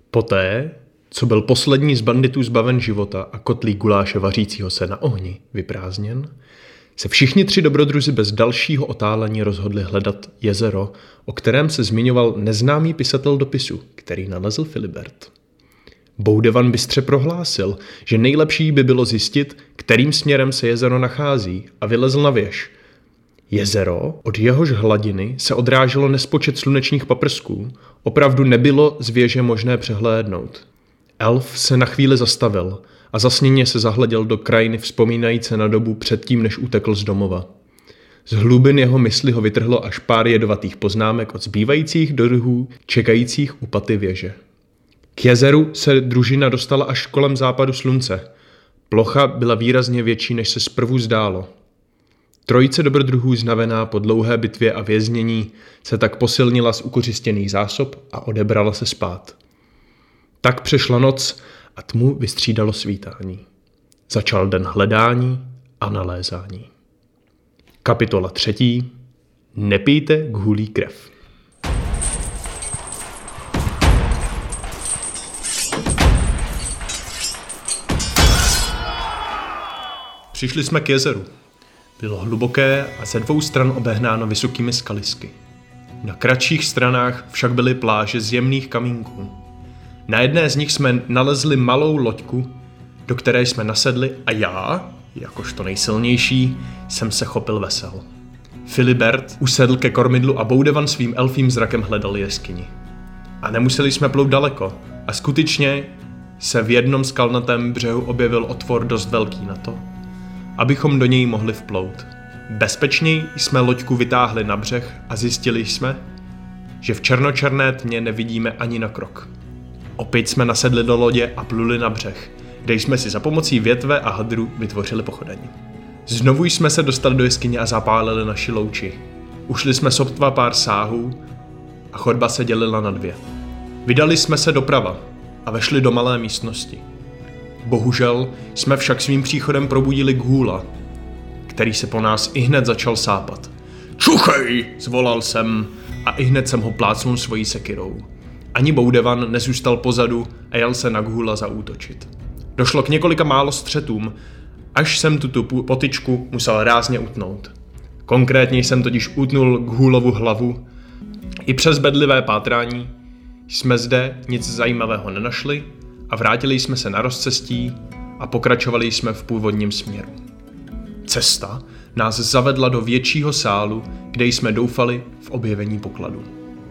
Poté, co byl poslední z banditů zbaven života a kotlík guláše vařícího se na ohni vyprázdněn, se všichni tři dobrodruzi bez dalšího otálení rozhodli hledat jezero, o kterém se zmiňoval neznámý pisatel dopisu, který nalezl Filibert. Boudevan bystře prohlásil, že nejlepší by bylo zjistit, kterým směrem se jezero nachází, a vylezl na věž. Jezero, od jehož hladiny se odráželo nespočet slunečních paprsků, opravdu nebylo z věže možné přehlédnout. Elf se na chvíli zastavil a zasněně se zahleděl do krajiny, vzpomínající na dobu předtím, než utekl z domova. Z hlubin jeho mysli ho vytrhlo až pár jedovatých poznámek od zbývajících druhů čekajících u paty věže. K jezeru se družina dostala až kolem západu slunce. Plocha byla výrazně větší, než se zprvu zdálo. Trojice dobrodruhů znavená po dlouhé bitvě a věznění se tak posilnila z ukořistěných zásob a odebrala se spát. Tak přešla noc a tmu vystřídalo svítání. Začal den hledání a nalézání. Kapitola 3. Nepijte gulí krev. Přišli jsme k jezeru. Bylo hluboké a ze dvou stran obehnáno vysokými skalisky. Na kratších stranách však byly pláže z jemných kamínků. Na jedné z nich jsme nalezli malou loďku, do které jsme nasedli a já, jakožto nejsilnější, jsem se chopil vesel. Filibert usedl ke kormidlu a Boudevan svým elfím zrakem hledal jeskyni. A nemuseli jsme plout daleko a skutečně se v jednom skalnatém břehu objevil otvor dost velký na to, abychom do něj mohli vplout. Bezpečněji jsme loďku vytáhli na břeh a zjistili jsme, že v černočerné tmě nevidíme ani na krok. Opět jsme nasedli do lodě a pluli na břeh, kde jsme si za pomocí větve a hadru vytvořili pochodení. Znovu jsme se dostali do jeskyně a zapálili naši louči. Ušli jsme sotva pár sáhů a chodba se dělila na dvě. Vydali jsme se doprava a vešli do malé místnosti. Bohužel jsme však svým příchodem probudili Ghula, který se po nás ihned začal sápat. Čuchej, zvolal jsem a ihned jsem ho plácnul svojí sekirou. Ani Boudevan nezůstal pozadu a jel se na Ghula zaútočit. Došlo k několika málo střetům, až jsem tuto potyčku musel rázně utnout. Konkrétně jsem totiž utnul Ghulovu hlavu. I přes bedlivé pátrání jsme zde nic zajímavého nenašli a vrátili jsme se na rozcestí a pokračovali jsme v původním směru. Cesta nás zavedla do většího sálu, kde jsme doufali v objevení pokladu.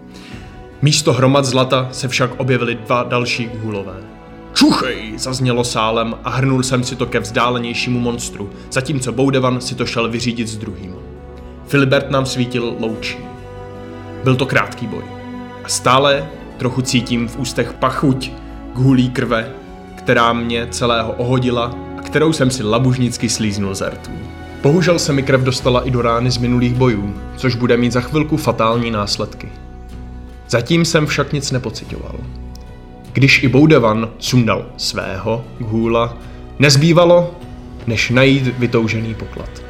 Místo hromad zlata se však objevily dva další Ghulové. Čuchej, zaznělo sálem a hrnul jsem si to ke vzdálenějšímu monstru, zatímco Boudevan si to šel vyřídit s druhým. Filibert nám svítil loučí. Byl to krátký boj. A stále trochu cítím v ústech pachuť ghulí krve, která mě celého ohodila a kterou jsem si labužnicky slíznul z rtů. Bohužel se mi krev dostala i do rány z minulých bojů, což bude mít za chvilku fatální následky. Zatím jsem však nic nepocitoval. Když i Boudevan sundal svého Ghula, nezbývalo, než najít vytoužený poklad.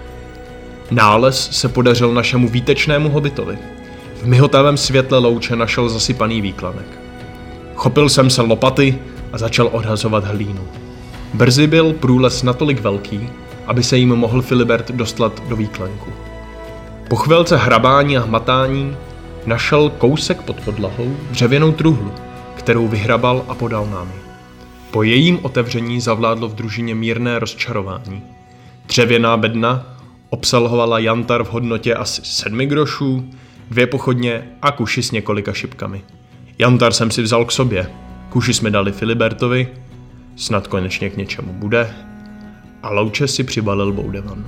Nález se podařil našemu výtečnému hobitovi. V mihotavém světle louče našel zasypaný výklanek. Chopil jsem se lopaty a začal odhazovat hlínu. Brzy byl průles natolik velký, aby se jim mohl Filibert dostat do výklenku. Po chvilce hrabání a hmatání našel kousek pod podlahou dřevěnou truhlu, kterou vyhrabal a podal nám. Po jejím otevření zavládlo v družině mírné rozčarování. Dřevěná bedna obsahovala jantar v hodnotě asi 7 grošů, 2 pochodně a kuši s několika šipkami. Jantar jsem si vzal k sobě, kuši jsme dali Filibertovi, snad konečně k něčemu bude, a louče si přibalil Boudevan.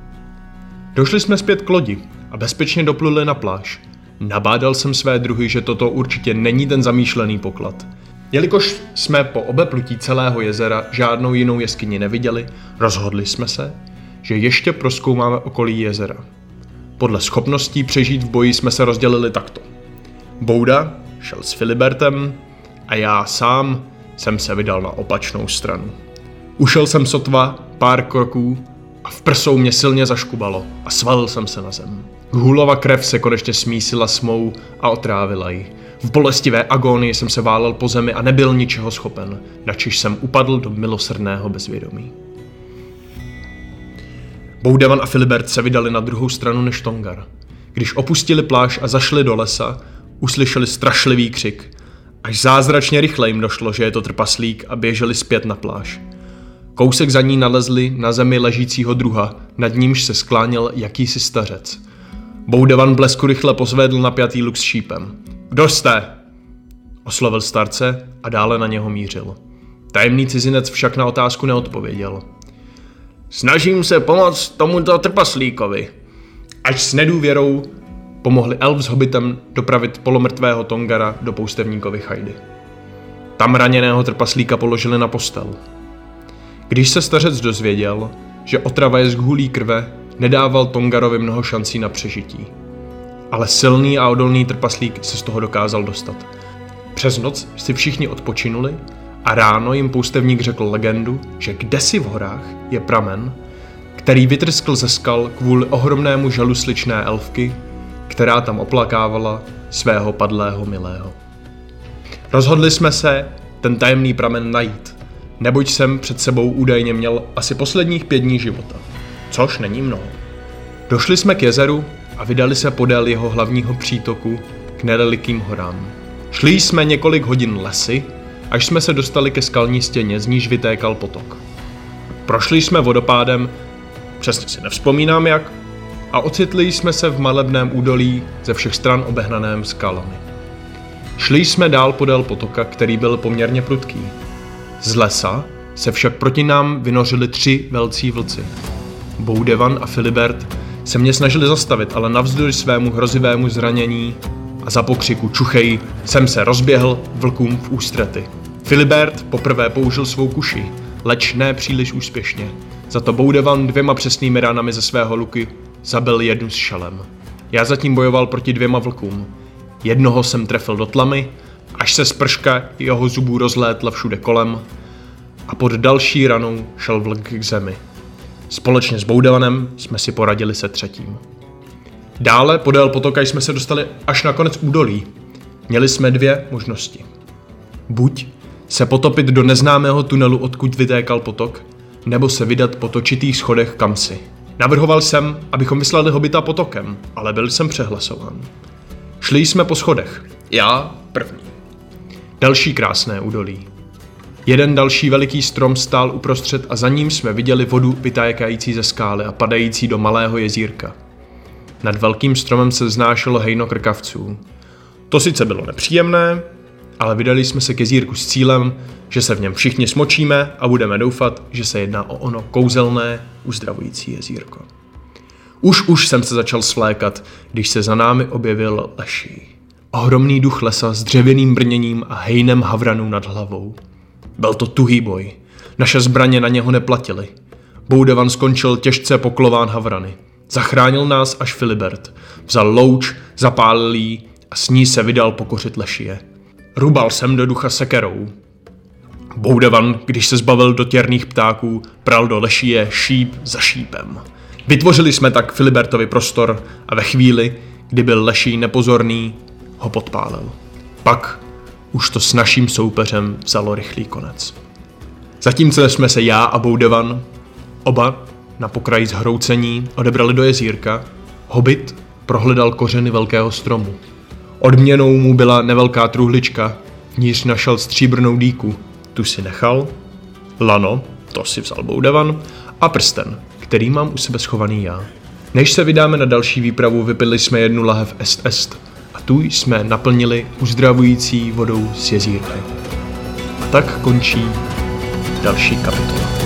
Došli jsme zpět k lodi a bezpečně dopluli na pláž. Nabádal jsem své druhy, že toto určitě není ten zamýšlený poklad. Jelikož jsme po obeplutí celého jezera žádnou jinou jeskyni neviděli, rozhodli jsme se, že ještě prozkoumáme okolí jezera. Podle schopností přežít v boji jsme se rozdělili takto. Bouda šel s Filibertem a já sám jsem se vydal na opačnou stranu. Ušel jsem sotva pár kroků a v prsou mě silně zaškubalo a svalil jsem se na zem. Ghulova krev se konečně smísila s mou a otrávila ji. V bolestivé agónii jsem se válel po zemi a nebyl ničeho schopen, načež jsem upadl do milosrdného bezvědomí. Boudevan a Filibert se vydali na druhou stranu než Tongar. Když opustili pláž a zašli do lesa, uslyšeli strašlivý křik. Až zázračně rychle jim došlo, že je to trpaslík, a běželi zpět na pláž. Kousek za ní nalezli na zemi ležícího druha, nad nímž se skláněl jakýsi stařec. Boudevan blesku rychle pozvedl napjatý luk s šípem. Kdo jste? Oslovil starce a dále na něho mířil. Tajemný cizinec však na otázku neodpověděl. Snažím se pomoct tomuto trpaslíkovi. Až s nedůvěrou pomohli elf s hobitem dopravit polomrtvého Tongara do poustevníkovy chajdy. Tam raněného trpaslíka položili na postel. Když se stařec dozvěděl, že otrava je z gůlí krve, nedával Tongarovi mnoho šancí na přežití. Ale silný a odolný trpaslík se z toho dokázal dostat. Přes noc si všichni odpočinuli a ráno jim poustevník řekl legendu, že kdesi v horách je pramen, který vytryskl ze skal kvůli ohromnému žalu sličné elfky, která tam oplakávala svého padlého milého. Rozhodli jsme se ten tajemný pramen najít, neboť jsem před sebou údajně měl asi posledních 5 dní života, což není mnoho. Došli jsme k jezeru a vydali se podél jeho hlavního přítoku k nedalekým horám. Šli jsme několik hodin lesy, až jsme se dostali ke skalní stěně, z níž vytékal potok. Prošli jsme vodopádem, přesně si nevzpomínám jak, a ocitli jsme se v malebném údolí ze všech stran obehnaném skalami. Šli jsme dál podél potoka, který byl poměrně prudký. Z lesa se však proti nám vynořili 3 velcí vlci. Boudevan a Filibert se mě snažili zastavit, ale navzdory svému hrozivému zranění a za pokřiku čuchej jsem se rozběhl vlkům v ústrety. Filibert poprvé použil svou kuši, leč ne příliš úspěšně. Za to Boudevan 2 přesnými ránami ze svého luky zabil jednu s šelem. Já zatím bojoval proti 2 vlkům. Jednoho jsem trefil do tlamy, až se sprška jeho zubů rozlétla všude kolem, a pod další ranou šel vlk k zemi. Společně s Boudevanem jsme si poradili se 3. Dále podél potoka jsme se dostali až na konec údolí. Měli jsme 2 možnosti. Buď se potopit do neznámého tunelu, odkud vytékal potok, nebo se vydat po točitých schodech kamsi. Navrhoval jsem, abychom vyslali hobita potokem, ale byl jsem přehlasován. Šli jsme po schodech. Já první. Další krásné údolí. Jeden další veliký strom stál uprostřed a za ním jsme viděli vodu vytékající ze skály a padající do malého jezírka. Nad velkým stromem se vznášelo hejno krkavců. To sice bylo nepříjemné, ale vydali jsme se k jezírku s cílem, že se v něm všichni smočíme a budeme doufat, že se jedná o ono kouzelné, uzdravující jezírko. Už jsem se začal svlékat, když se za námi objevil Leší. Ohromný duch lesa s dřevěným brněním a hejnem havranů nad hlavou. Byl to tuhý boj. Naše zbraně na něho neplatily. Boudevan skončil těžce poklován havrany. Zachránil nás až Filibert. Vzal louč, zapálil jí a s ní se vydal pokořit Lešie. Rubal jsem do ducha sekerou. Boudevan, když se zbavil dotěrných ptáků, pral do Lešie šíp za šípem. Vytvořili jsme tak Filibertovi prostor a ve chvíli, kdy byl Leší nepozorný, ho podpálil. Pak už to s naším soupeřem vzalo rychlý konec. Zatímco jsme se já a Boudevan, oba na pokraji zhroucení, odebrali do jezírka, hobit prohledal kořeny velkého stromu. Odměnou mu byla nevelká truhlička, v níž našel stříbrnou dýku, tu si nechal, lano, to si vzal Boudevan, a prsten, který mám u sebe schovaný já. Než se vydáme na další výpravu, vypili jsme 1 lahev est a tu jsme naplnili uzdravující vodou z jezírka. A tak končí další kapitola.